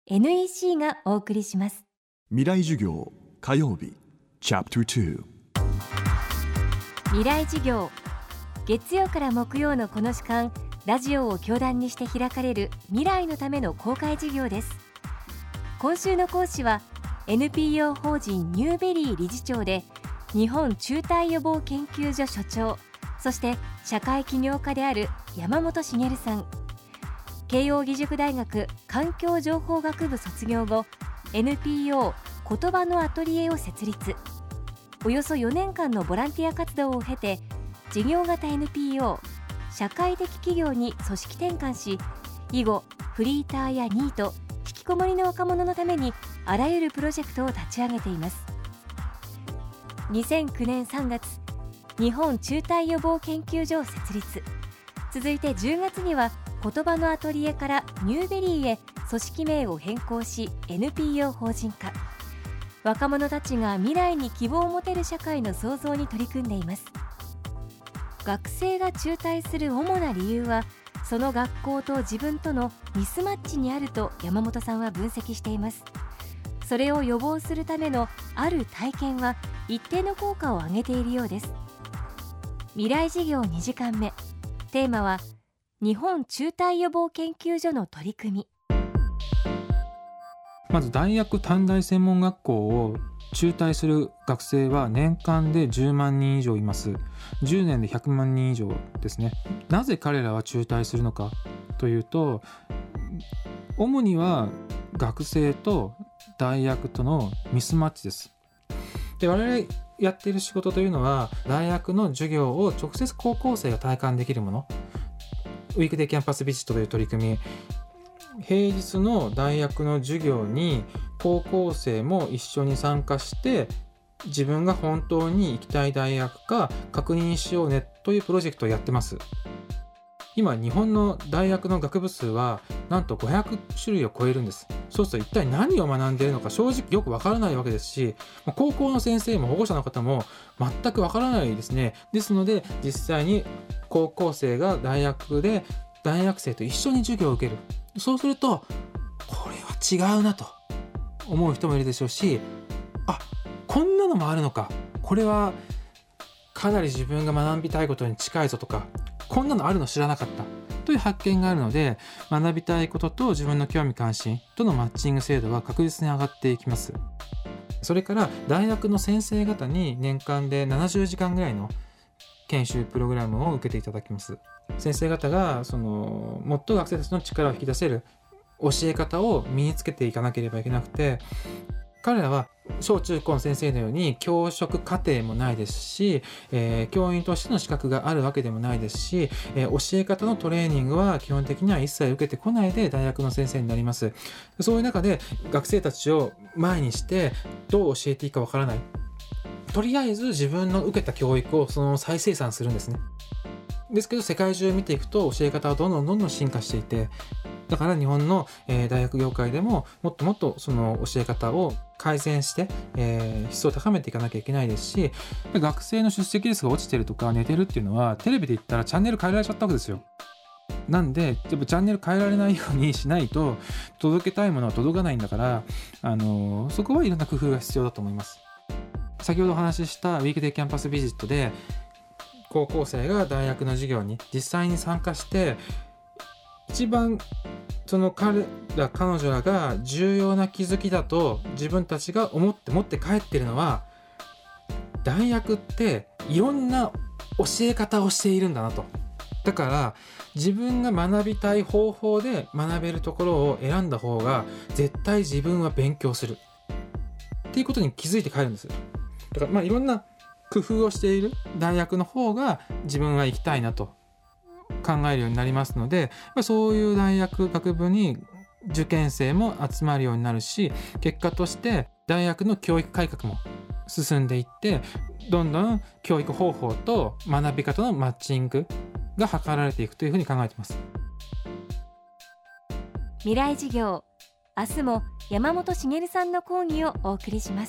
NEC がお送りします。 未来授業火曜日チャプター2、 未来授業、月曜から木曜のこの時間、ラジオを教壇にして開かれる未来のための公開授業です。今週の講師は NPO 法人ニューベリー理事長で日本中退予防研究所所長、そして社会起業家である山本茂さん。慶應義塾大学環境情報学部卒業後、 NPO 言葉のアトリエを設立。およそ4年間のボランティア活動を経て、事業型 NPO 社会的企業に組織転換し、以後フリーターやニート、引きこもりの若者のためにあらゆるプロジェクトを立ち上げています。2009年3月、日本中退予防研究所を設立。続いて10月には言葉のアトリエからニューベリーへ組織名を変更し NPO 法人化。若者たちが未来に希望を持てる社会の創造に取り組んでいます。学生が中退する主な理由は、その学校と自分とのミスマッチにあると山本さんは分析しています。それを予防するためのある体験は一定の効果を上げているようです。未来事業2時間目、テーマは日本中退予防研究所の取り組み。 まず大学短大専門学校を中退する学生は年間で10万人以上います。10年で100万人以上ですね。なぜ彼らは中退するのかというと、主には学生と大学とのミスマッチです。で、我々やっている仕事というのは、大学の授業を直接高校生が体感できるもの、ウィークデーキャンパスビジットという取り組み、平日の大学の授業に高校生も一緒に参加して、自分が本当に行きたい大学か確認しようねというプロジェクトをやってます。今日本の大学の学部数はなんと500種類を超えるんです。そうすると一体何を学んでいるのか正直よくわからないわけですし、高校の先生も保護者の方も全くわからないですね。ですので実際に高校生が大学で大学生と一緒に授業を受ける。そうするとこれは違うなと思う人もいるでしょうし、あ、こんなのもあるのか、これはかなり自分が学びたいことに近いぞとか、こんなのあるの知らなかったという発見があるので、学びたいことと自分の興味関心とのマッチング精度は確実に上がっていきます。それから大学の先生方に年間で70時間ぐらいの研修プログラムを受けていただきます。先生方がもっと学生たちの力を引き出せる教え方を身につけていかなければいけなくて、彼らは小中高の先生のように教職課程もないですし、教員としての資格があるわけでもないですし、教え方のトレーニングは基本的には一切受けてこないで大学の先生になります。そういう中で学生たちを前にしてどう教えていいかわからない。とりあえず自分の受けた教育を再生産するんですね。ですけど世界中見ていくと教え方はどんどん進化していて、だから日本の、大学業界でももっともっとその教え方を改善して、質を高めていかなきゃいけないですし、学生の出席率が落ちてるとか寝てるっていうのはテレビで言ったらチャンネル変えられちゃったわけですよ。なんでチャンネル変えられないようにしないと届けたいものは届かないんだから、そこはいろんな工夫が必要だと思います。先ほどお話ししたウィークデーキャンパスビジットで高校生が大学の授業に実際に参加して、一番彼女らが重要な気づきだと自分たちが持って帰ってるのは、大学っていろんな教え方をしているんだなと。だから自分が学びたい方法で学べるところを選んだ方が絶対自分は勉強するっていうことに気づいて帰るんです。だからいろんな工夫をしている大学の方が自分は行きたいなと考えるようになりますので、そういう大学学部に受験生も集まるようになるし、結果として大学の教育改革も進んでいって、どんどん教育方法と学び方のマッチングが図られていくというふうに考えています。 未来授業、明日も山本茂さんの講義をお送りします。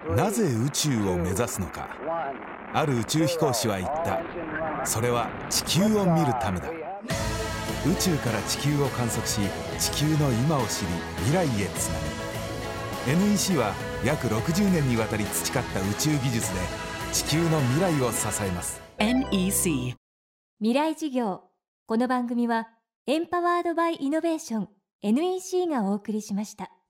なぜ宇宙を目指すのか。ある宇宙飛行士は言った。それは地球を見るためだ。宇宙から地球を観測し、地球の今を知り未来へつなぐ。 NEC は約60年にわたり培った宇宙技術で地球の未来を支えます。 NEC 未来事業。この番組はエンパワードバイイノベーション NEC がお送りしました。